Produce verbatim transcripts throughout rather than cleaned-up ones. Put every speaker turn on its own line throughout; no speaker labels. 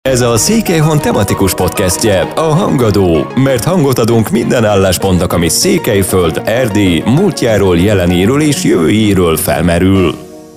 Ez a Székelyhon tematikus podcastje, a Hangadó, mert hangot adunk minden álláspontnak, ami Székelyföld, Erdély, múltjáról, jelenéről és jövőjéről felmerül.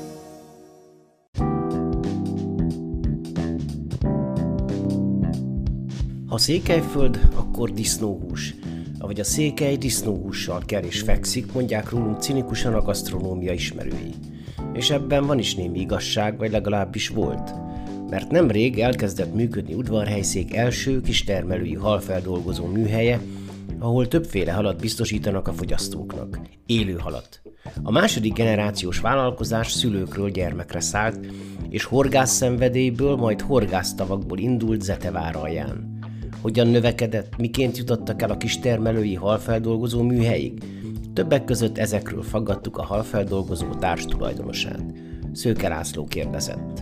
Ha Székelyföld, akkor disznóhús. Avagy a székely disznóhússal ker és fekszik, mondják rólunk cinikusan a gasztronómia ismerői. És ebben van is némi igazság, vagy legalábbis volt. Mert nemrég elkezdett működni Udvarhelyszék első kistermelői halfeldolgozó műhelye, ahol többféle halat biztosítanak a fogyasztóknak. Élő halat. A második generációs vállalkozás szülőkről gyermekre szállt, és horgászszenvedélyből, majd horgásztavakból indult Zeteváralján. Hogyan növekedett, miként jutottak el a kistermelői halfeldolgozó műhelyig? Többek között ezekről faggattuk a halfeldolgozó társtulajdonosát. Szőke László kérdezett.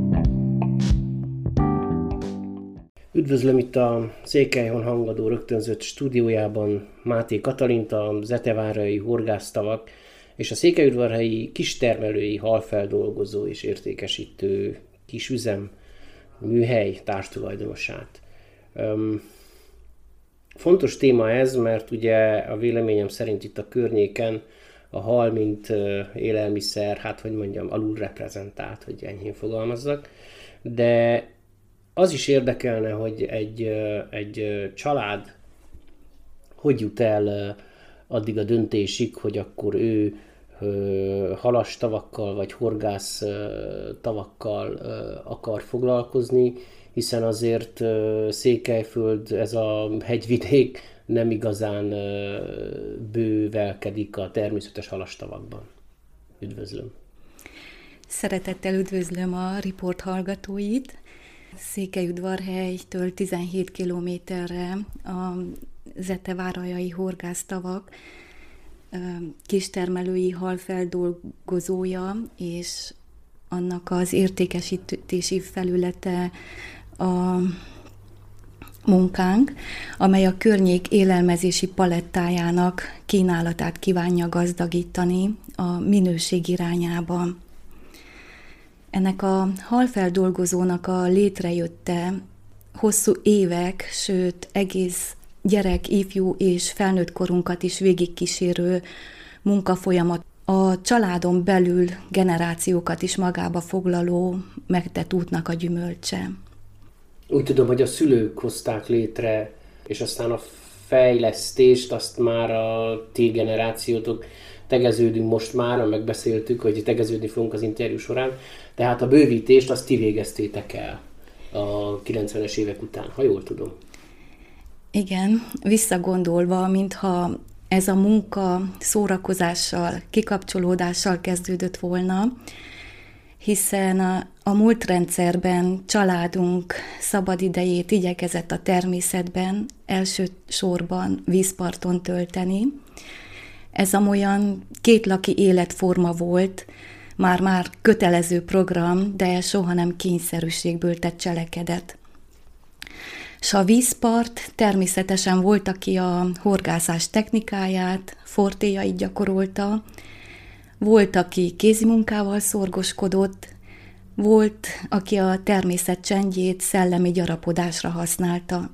Üdvözlöm itt a Székelyhon Hangadó rögtönzött stúdiójában Máté Katalint, a Zetevárai horgásztavak és a székelyudvarhelyi kistermelői halfeldolgozó és értékesítő kisüzem műhely társtulajdonosát. Um, fontos téma ez, mert ugye a véleményem szerint itt a környéken a hal, mint uh, élelmiszer, hát hogy mondjam, alul reprezentált, hogy enyhén fogalmazzak, de az is érdekelne, hogy egy, egy család hogy jut el addig a döntésig, hogy akkor ő halas tavakkal vagy horgász tavakkal akar foglalkozni, hiszen azért Székelyföld, ez a hegyvidék nem igazán bővelkedik a természetes halas tavakban. Üdvözlöm!
Szeretettel üdvözlöm a riport hallgatóit! Székelyudvarhelytől tizenhét kilométerre a Zetevárai horgásztavak kistermelői halfeldolgozója és annak az értékesítési felülete a munkánk, amely a környék élelmezési palettájának kínálatát kívánja gazdagítani a minőség irányába. Ennek a halfeldolgozónak a létrejötte hosszú évek, sőt egész gyerek, ifjú és felnőtt korunkat is végigkísérő munkafolyamat. A családon belül generációkat is magába foglaló megtett útnak a gyümölcse.
Úgy tudom, hogy a szülők hozták létre, és aztán a fejlesztést azt már a ti generációtok, tegeződünk most már, megbeszéltük, hogy tegeződni fogunk az interjú során, tehát a bővítést azt ti végeztétek el a kilencvenes évek után, ha jól tudom.
Igen, visszagondolva, mintha ez a munka szórakozással, kikapcsolódással kezdődött volna, hiszen a, a múlt rendszerben családunk szabadidejét igyekezett a természetben, elsősorban vízparton tölteni. Ez amolyan kétlaki életforma volt, már-már kötelező program, de soha nem kényszerűségből tett cselekedet. S a vízpart természetesen volt, aki a horgászás technikáját, fortéjait gyakorolta, volt, aki kézimunkával szorgoskodott, volt, aki a természet csendjét szellemi gyarapodásra használta.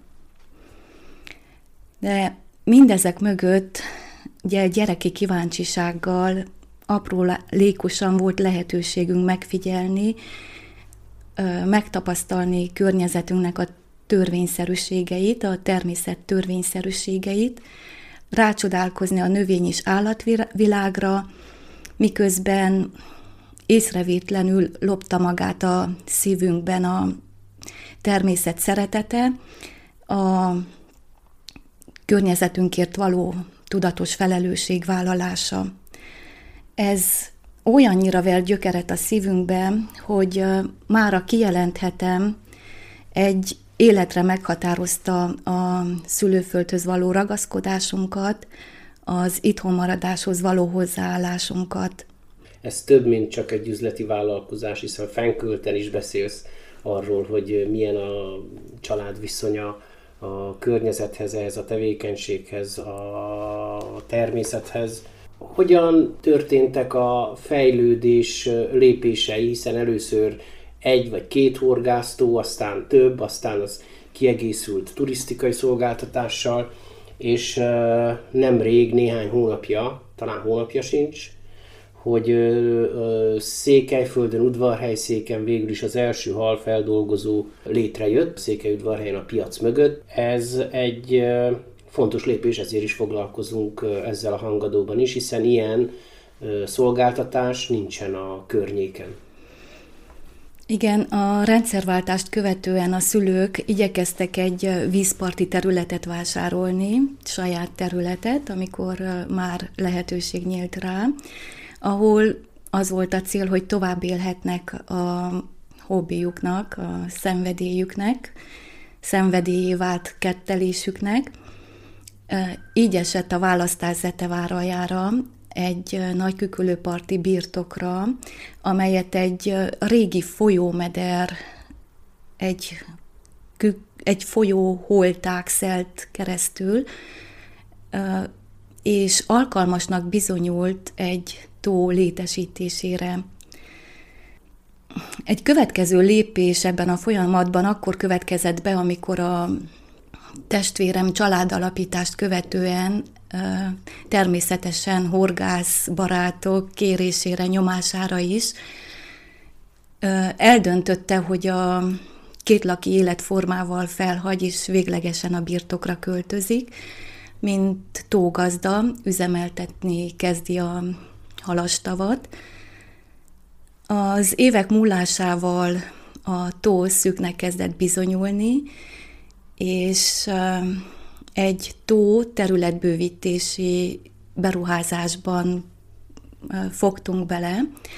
De mindezek mögött ugye gyereki kíváncsisággal, aprólékosan volt lehetőségünk megfigyelni, megtapasztalni környezetünknek a törvényszerűségeit, a természet törvényszerűségeit, rácsodálkozni a növény- és állatvilágra, miközben észrevétlenül lopta magát a szívünkben a természet szeretete, a környezetünkért való tudatos felelősségvállalása. Ez olyannyira ver gyökeret a szívünkbe, hogy mára kijelenthetem, egy életre meghatározta a szülőföldhöz való ragaszkodásunkat, az itthonmaradáshoz való hozzáállásunkat.
Ez több, mint csak egy üzleti vállalkozás, hiszen Fenkölten is beszélsz arról, hogy milyen a család viszonya a környezethez, ehhez a tevékenységhez, a természethez. Hogyan történtek a fejlődés lépései, hiszen először egy vagy két horgásztó, aztán több, aztán az kiegészült turisztikai szolgáltatással, és nemrég, néhány hónapja, talán hónapja sincs, hogy Székelyföldön, Udvarhelyszéken végül is az első halfeldolgozó létrejött, Székelyudvarhelyen a piac mögött. Ez egy fontos lépés, ezért is foglalkozunk ezzel a Hangadóban is, hiszen ilyen szolgáltatás nincsen a környéken.
Igen, a rendszerváltást követően a szülők igyekeztek egy vízparti területet vásárolni, saját területet, amikor már lehetőség nyílt rá, ahol az volt a cél, hogy tovább élhetnek a hobbiuknak, a szenvedélyüknek, szenvedélyé vált kettelésüknek. Így esett a választás Zeteváraljára, egy nagykükülőparti birtokra, amelyet egy régi folyómeder, egy, egy folyó holták szelt keresztül, és alkalmasnak bizonyult egy tó létesítésére. Egy következő lépés ebben a folyamatban akkor következett be, amikor a testvérem családalapítást követően természetesen horgászbarátok kérésére, nyomására is eldöntötte, hogy a kétlaki életformával felhagy és véglegesen a birtokra költözik, mint tógazda, üzemeltetni kezdi a halastavat. Az évek múlásával a tó szűknek kezdett bizonyulni, és egy tó területbővítési beruházásban fogtunk bele.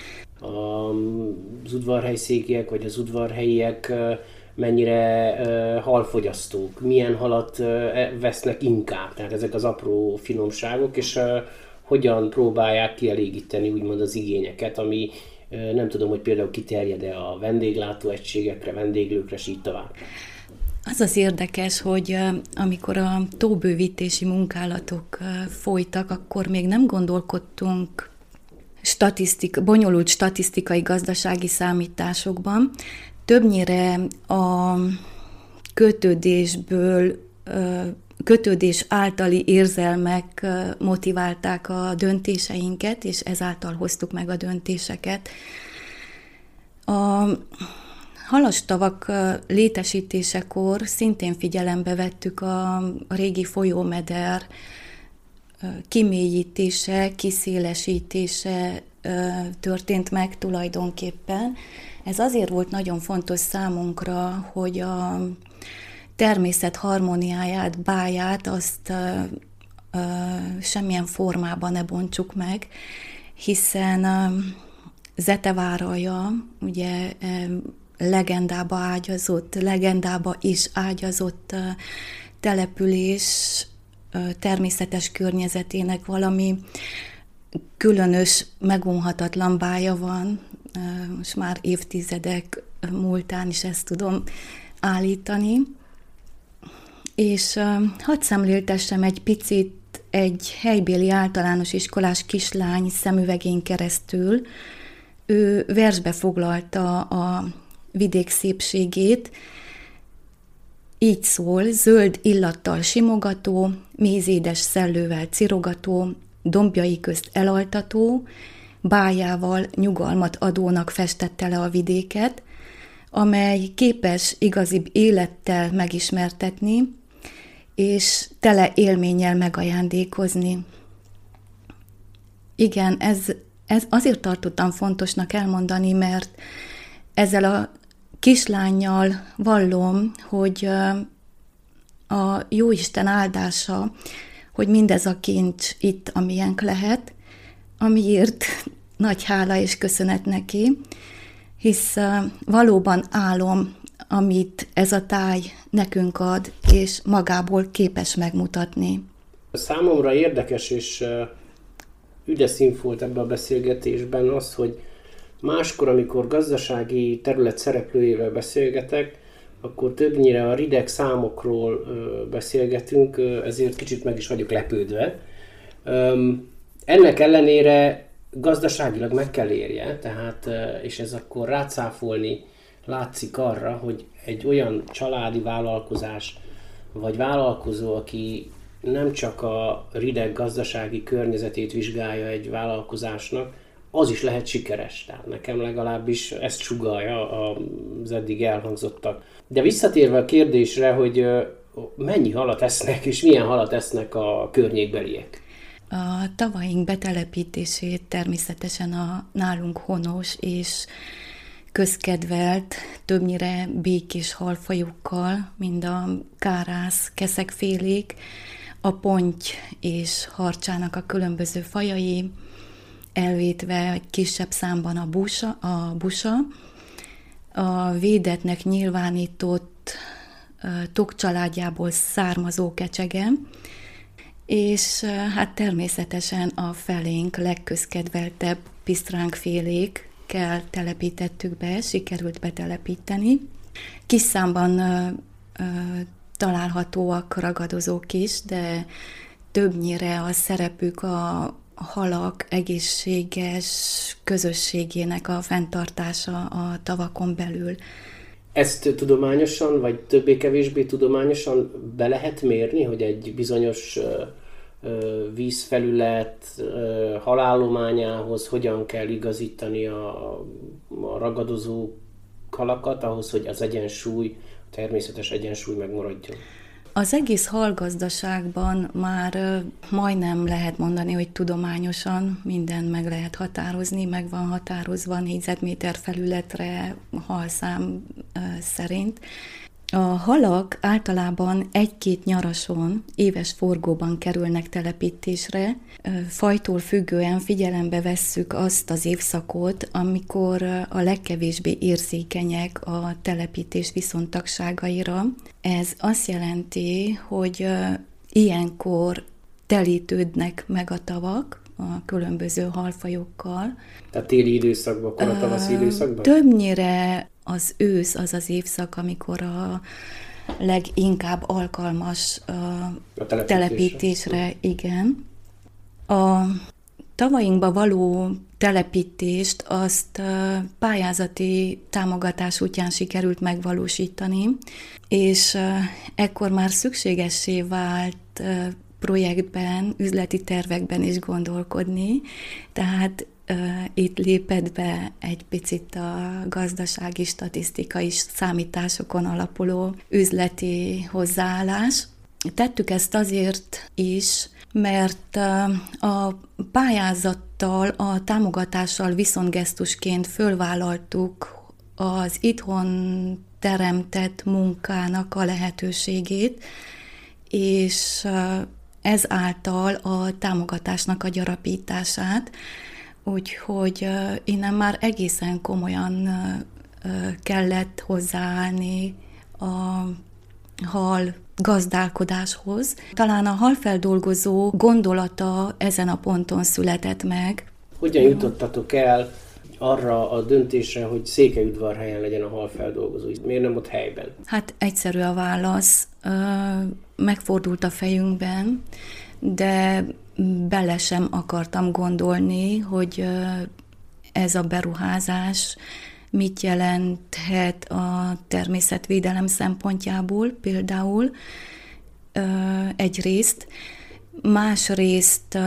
Az udvarhelyszékiek vagy az udvarhelyiek mennyire halfogyasztók, milyen halat vesznek inkább, tehát ezek az apró finomságok, és hogyan próbálják kielégíteni úgymond az igényeket, ami nem tudom, hogy például kiterjed-e a vendéglátóegységekre, vendéglőkre, és így tovább.
Az az érdekes, hogy amikor a tóbővítési munkálatok folytak, akkor még nem gondolkodtunk statisztik, bonyolult statisztikai gazdasági számításokban. Többnyire a kötődésből, kötődés általi érzelmek motiválták a döntéseinket, és ezáltal hoztuk meg a döntéseket. A halastavak létesítésekor szintén figyelembe vettük a régi folyómeder kimélyítése, kiszélesítése történt meg tulajdonképpen. Ez azért volt nagyon fontos számunkra, hogy a természet harmóniáját, báját azt semmilyen formában ne bontsuk meg, hiszen Zeteváralja ugye legendába ágyazott, legendába is ágyazott település természetes környezetének valami különös, megunhatatlan bája van. Most már évtizedek múltán is ezt tudom állítani. És hadd szemléltessem egy picit egy helybéli általános iskolás kislány szemüvegén keresztül. Ő versbe foglalta a vidék szépségét, így szól: zöld illattal simogató, mézédes szellővel cirogató, dombjai közt elaltató, bájával nyugalmat adónak festette le a vidéket, amely képes igazibb élettel megismertetni, és tele élménnyel megajándékozni. Igen, ez, ez azért tartottam fontosnak elmondani, mert ezzel a kislánnyal vallom, hogy a Jóisten áldása, hogy mindez a kincs itt, amilyenk lehet, amiért nagy hála és köszönet neki, hisz valóban álom, amit ez a táj nekünk ad, és magából képes megmutatni.
Számomra érdekes és üdes szín volt ebben a beszélgetésben az, hogy máskor, amikor gazdasági terület szereplőjével beszélgetek, akkor többnyire a rideg számokról beszélgetünk, ezért kicsit meg is vagyok lepődve. Ennek ellenére gazdaságilag meg kell érje, tehát, és ez akkor rácáfolni látszik arra, hogy egy olyan családi vállalkozás, vagy vállalkozó, aki nem csak a rideg gazdasági környezetét vizsgálja egy vállalkozásnak, az is lehet sikeres. Tehát nekem legalábbis ezt sugallja az eddig elhangzottak. De visszatérve a kérdésre, hogy mennyi halat esznek, és milyen halat esznek a környékbeliek?
A tavaink betelepítését természetesen a nálunk honos és közkedvelt, többnyire békés halfajukkal, mind a kárász, keszekfélék, a ponty és harcsának a különböző fajai, elvétve egy kisebb számban a busa, a busa, a védetnek nyilvánított tok családjából származó kecsege, és hát természetesen a felénk legközkedveltebb pisztránkfélékkel telepítettük be, sikerült betelepíteni. Kis számban ö, ö, találhatóak ragadozók is, de többnyire a szerepük a halak egészséges közösségének a fenntartása a tavakon belül.
Ezt tudományosan, vagy többé-kevésbé tudományosan be lehet mérni, hogy egy bizonyos vízfelület halállományához hogyan kell igazítani a, a ragadozó halakat, ahhoz, hogy az egyensúly, a természetes egyensúly megmaradjon?
Az egész halgazdaságban már majdnem lehet mondani, hogy tudományosan mindent meg lehet határozni, meg van határozva négyzetméter felületre halszám szerint. A halak általában egy-két nyarason, éves forgóban kerülnek telepítésre. Fajtól függően figyelembe vesszük azt az évszakot, amikor a legkevésbé érzékenyek a telepítés viszontagságaira. Ez azt jelenti, hogy ilyenkor telítődnek meg a tavak a különböző halfajokkal.
Tehát téli időszakban, akkor a tavaszi időszakban?
Többnyire az ősz az az évszak, amikor a leginkább alkalmas a, a telepítésre. telepítésre, igen. A tavainkba való telepítést azt pályázati támogatás útján sikerült megvalósítani, és ekkor már szükségessé vált projektben, üzleti tervekben is gondolkodni, tehát uh, itt lépett be egy picit a gazdasági, statisztikai számításokon alapuló üzleti hozzáállás. Tettük ezt azért is, mert uh, a pályázattal, a támogatással viszontgesztusként fölvállaltuk az itthon teremtett munkának a lehetőségét, és uh, ezáltal a támogatásnak a gyarapítását, úgyhogy innen már egészen komolyan kellett hozzáállni a hal gazdálkodáshoz. Talán a halfeldolgozó gondolata ezen a ponton született meg.
Hogyan jutottatok el arra a döntésre, hogy Székelyudvarhelyen legyen a halfeldolgozó? Miért nem ott helyben?
Hát egyszerű a válasz. Megfordult a fejünkben, de bele sem akartam gondolni, hogy ez a beruházás mit jelenthet a természetvédelem szempontjából például egyrészt, másrészt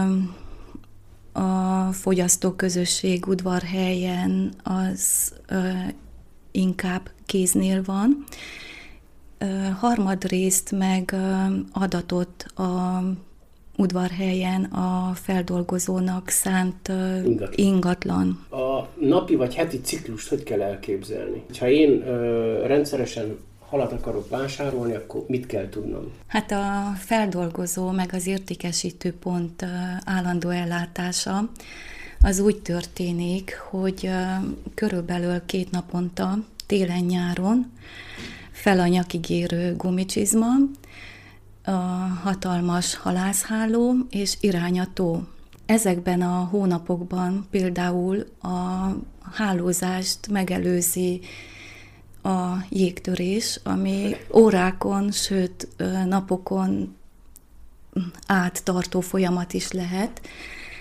a fogyasztóközösség Udvarhelyen az inkább kéznél van, harmadrészt meg adatot a Udvarhelyen a feldolgozónak szánt ingatlan. ingatlan.
A napi vagy heti ciklust hogy kell elképzelni? Ha én ö, rendszeresen halat akarok vásárolni, akkor mit kell tudnom?
Hát a feldolgozó meg az értékesítő pont állandó ellátása az úgy történik, hogy körülbelül két naponta, télen-nyáron fel a nyakig érő gumicsizma, a hatalmas halászháló és irány a tó. Ezekben a hónapokban például a hálózást megelőzi a jégtörés, ami órákon, sőt napokon át tartó folyamat is lehet,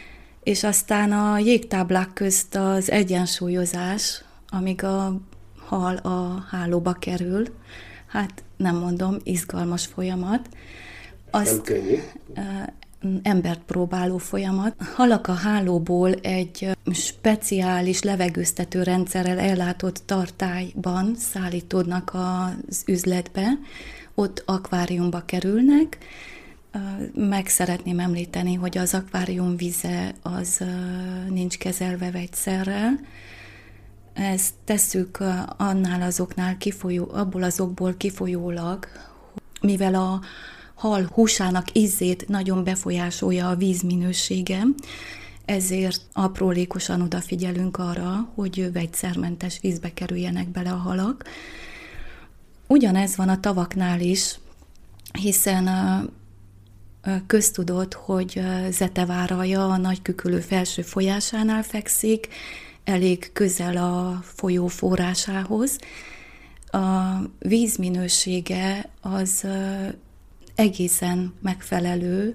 és aztán a jégtáblák közt az egyensúlyozás, amíg a hal a hálóba kerül. Hát nem mondom, izgalmas folyamat.
Azt, nem könnyű.
Embert próbáló folyamat. Halak a hálóból egy speciális levegőztető rendszerrel ellátott tartályban szállítódnak az üzletbe, ott akváriumba kerülnek. Meg szeretném említeni, hogy az akvárium vize az nincs kezelve vegyszerrel. Ezt tesszük annál azoknál kifolyó, abból azokból kifolyólag, mivel a hal húsának ízét nagyon befolyásolja a víz minősége, ezért aprólékosan odafigyelünk arra, hogy vegyszermentes vízbe kerüljenek bele a halak. Ugyanez van a tavaknál is, hiszen köztudott, hogy Zeteváralja a Nagykükülő felső folyásánál fekszik, elég közel a folyó forrásához. A víz minősége az egészen megfelelő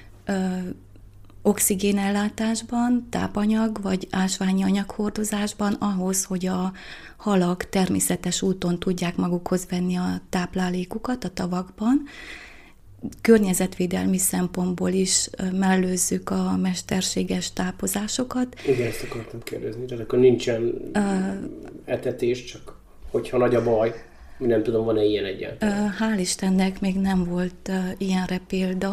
oxigénellátásban, tápanyag vagy ásványi anyaghordozásban ahhoz, hogy a halak természetes úton tudják magukhoz venni a táplálékukat a tavakban. Környezetvédelmi szempontból is mellőzzük a mesterséges tápozásokat.
Igen, ezt akartam kérdezni, de akkor nincsen uh, etetés, csak hogyha nagy a baj. Nem tudom, van-e ilyen egyáltalán?
Hál' Istennek még nem volt ilyenre példa.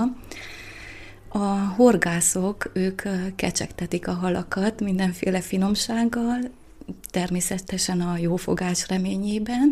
A horgászok, ők kecsegtetik a halakat mindenféle finomsággal, természetesen a jófogás reményében,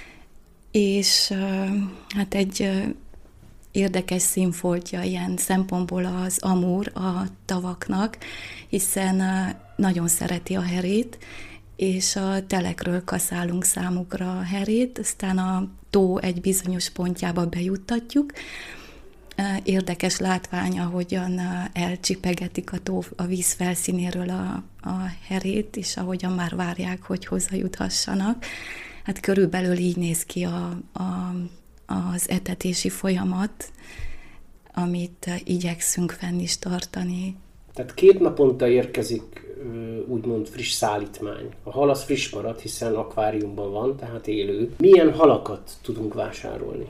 és hát egy érdekes színfoltja ilyen szempontból az amúr a tavaknak, hiszen nagyon szereti a herét, és a telekről kaszálunk számukra a herét, aztán a tó egy bizonyos pontjába bejuttatjuk. Érdekes látvány, ahogyan elcsipegetik a tó a víz felszínéről a, a herét, és ahogyan már várják, hogy hozzajuthassanak. Hát körülbelül így néz ki a, a, az etetési folyamat, amit igyekszünk fenn is tartani.
Tehát két naponta érkezik úgymond friss szállítmány. A hal az friss marad, hiszen akváriumban van, tehát élő. Milyen halakat tudunk vásárolni?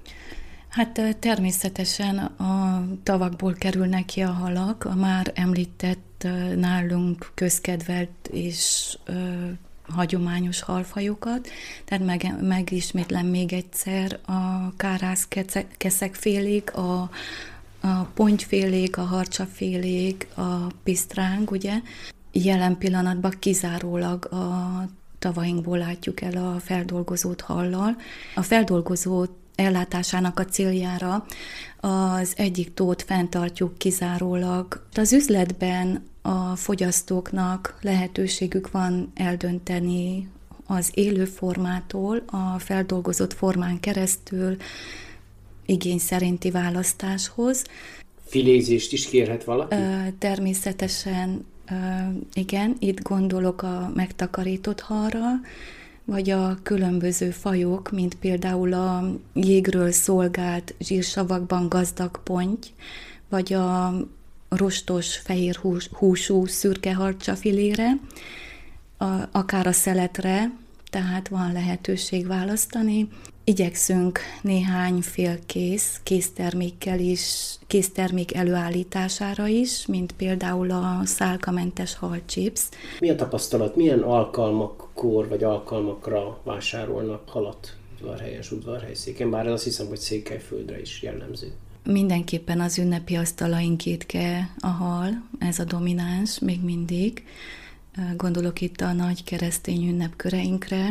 Hát természetesen a tavakból kerülnek ki a halak, a már említett nálunk közkedvelt és ö, hagyományos halfajokat, tehát meg, megismétlem még egyszer a kárászkeszekfélék, a a pontyfélék, a harcsafélék, a pisztráng, ugye. Jelen pillanatban kizárólag a tavainkból látjuk el a feldolgozót hallal. A feldolgozó ellátásának a céljára az egyik tót fenntartjuk kizárólag. Az üzletben a fogyasztóknak lehetőségük van eldönteni az élő formától a feldolgozott formán keresztül igény szerinti választáshoz.
Filézést is kérhet valaki?
Természetesen igen, itt gondolok a megtakarított halra, vagy a különböző fajok, mint például a jégről szolgált zsírsavakban gazdag ponty, vagy a rostos fehér hús, húsú szürke harcsafilére, akár a szeletre, tehát van lehetőség választani. Igyekszünk néhány félkész késztermékkel is, késztermék előállítására is, mint például a szálkamentes halchips.
Mi a tapasztalat? Milyen alkalmakkor vagy alkalmakra vásárolnak halat udvarhelyen, udvarhelyszéken? Bár azt hiszem, hogy Székelyföldre is jellemző.
Mindenképpen az ünnepi asztalaink étke a hal, ez a domináns még mindig. Gondolok itt a nagy keresztény ünnepköreinkre.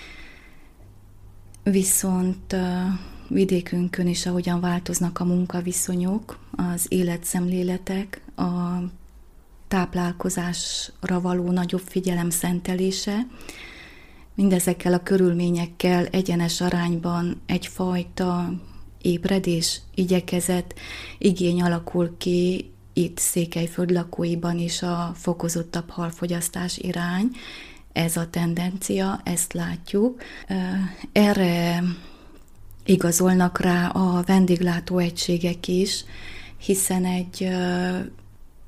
Viszont vidékünkön is, ahogyan változnak a munkaviszonyok, az életszemléletek, a táplálkozásra való nagyobb figyelem szentelése, mindezekkel a körülményekkel egyenes arányban egyfajta ébredés, igyekezet, igény alakul ki itt Székelyföld lakóiban is a fokozottabb halfogyasztás irány. Ez a tendencia, ezt látjuk. Erre igazolnak rá a vendéglátóegységek is, hiszen egy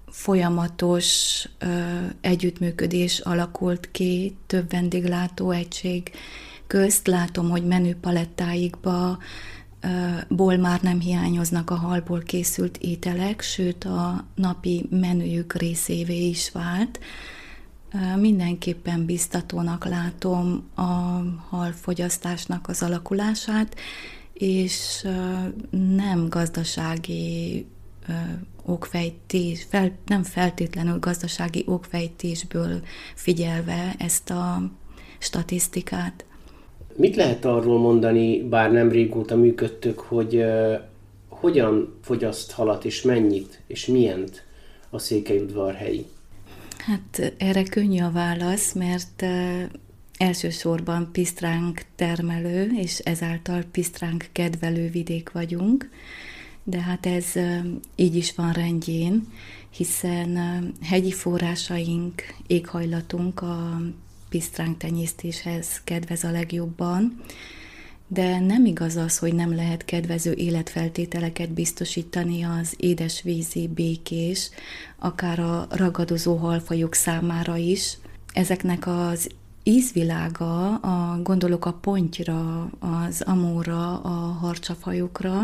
folyamatos ö, együttműködés alakult ki több vendéglátó egység közt. Látom, hogy menüpalettáikba ból már nem hiányoznak a halból készült ételek, sőt a napi menüjük részévé is vált. Mindenképpen biztatónak látom a halfogyasztásnak az alakulását, és nem gazdasági okfejtés, fel, nem feltétlenül gazdasági okfejtésből figyelve ezt a statisztikát.
Mit lehet arról mondani, bár nem régóta működtök, hogy uh, hogyan fogyaszt halat, és mennyit, és milyent a székelyudvarhelyi?
Hát erre könnyű a válasz, mert uh, elsősorban pisztránk termelő, és ezáltal pisztránk kedvelő vidék vagyunk, de hát ez uh, így is van rendjén, hiszen uh, hegyi forrásaink, éghajlatunk a pisztránk tenyésztéshez kedvez a legjobban, de nem igaz az, hogy nem lehet kedvező életfeltételeket biztosítani az édesvízi, békés, akár a ragadozó halfajok számára is. Ezeknek az ízvilága, a, gondolok a pontyra, az amóra, a harcsafajokra,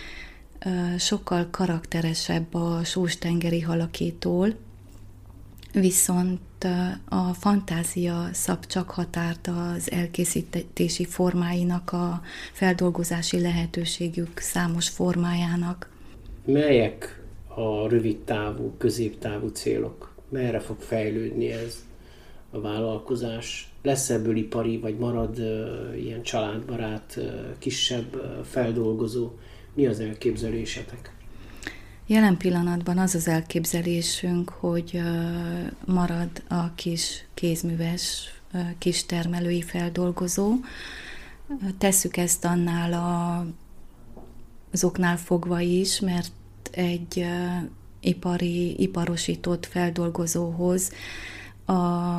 sokkal karakteresebb a sóstengeri halakétól, viszont a fantázia szab csak határt az elkészítési formáinak, a feldolgozási lehetőségük számos formájának.
Melyek a rövid távú, középtávú célok? Merre fog fejlődni ez a vállalkozás? Lesz ebből ipari, vagy marad uh, ilyen családbarát, uh, kisebb uh, feldolgozó? Mi az elképzelésetek?
Jelen pillanatban az az elképzelésünk, hogy marad a kis kézműves, kis termelői feldolgozó. Tesszük ezt annál a, azoknál fogva is, mert egy ipari, iparosított feldolgozóhoz a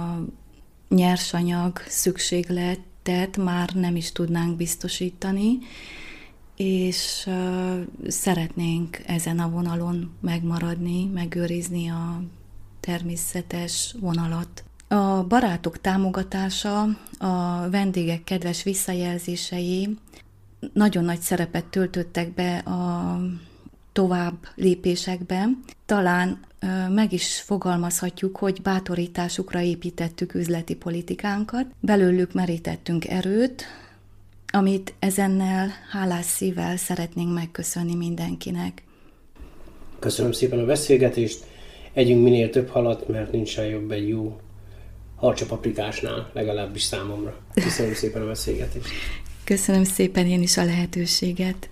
nyersanyag szükségletet már nem is tudnánk biztosítani, és uh, szeretnénk ezen a vonalon megmaradni, megőrizni a természetes vonalat. A barátok támogatása, a vendégek kedves visszajelzései nagyon nagy szerepet töltöttek be a tovább lépésekbe. Talán uh, meg is fogalmazhatjuk, hogy bátorításukra építettük üzleti politikánkat, belőlük merítettünk erőt, amit ezennel hálás szívvel szeretnénk megköszönni mindenkinek.
Köszönöm szépen a beszélgetést. Együnk minél több halat, mert nincsen jobb egy jó harcsapaprikásnál, legalábbis számomra. Köszönöm szépen a beszélgetést.
Köszönöm szépen én is a lehetőséget.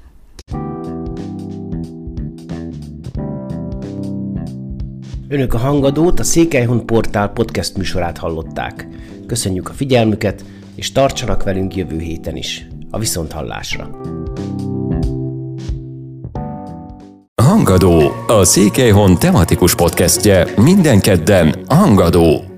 Önök a Hangadót, a Székelyhon Portál podcast műsorát hallották. Köszönjük a figyelmüket, és tartsanak velünk jövő héten is. A viszonthallásra!
Hangadó, a Székelyhon tematikus podcastje minden kedden Hangadó.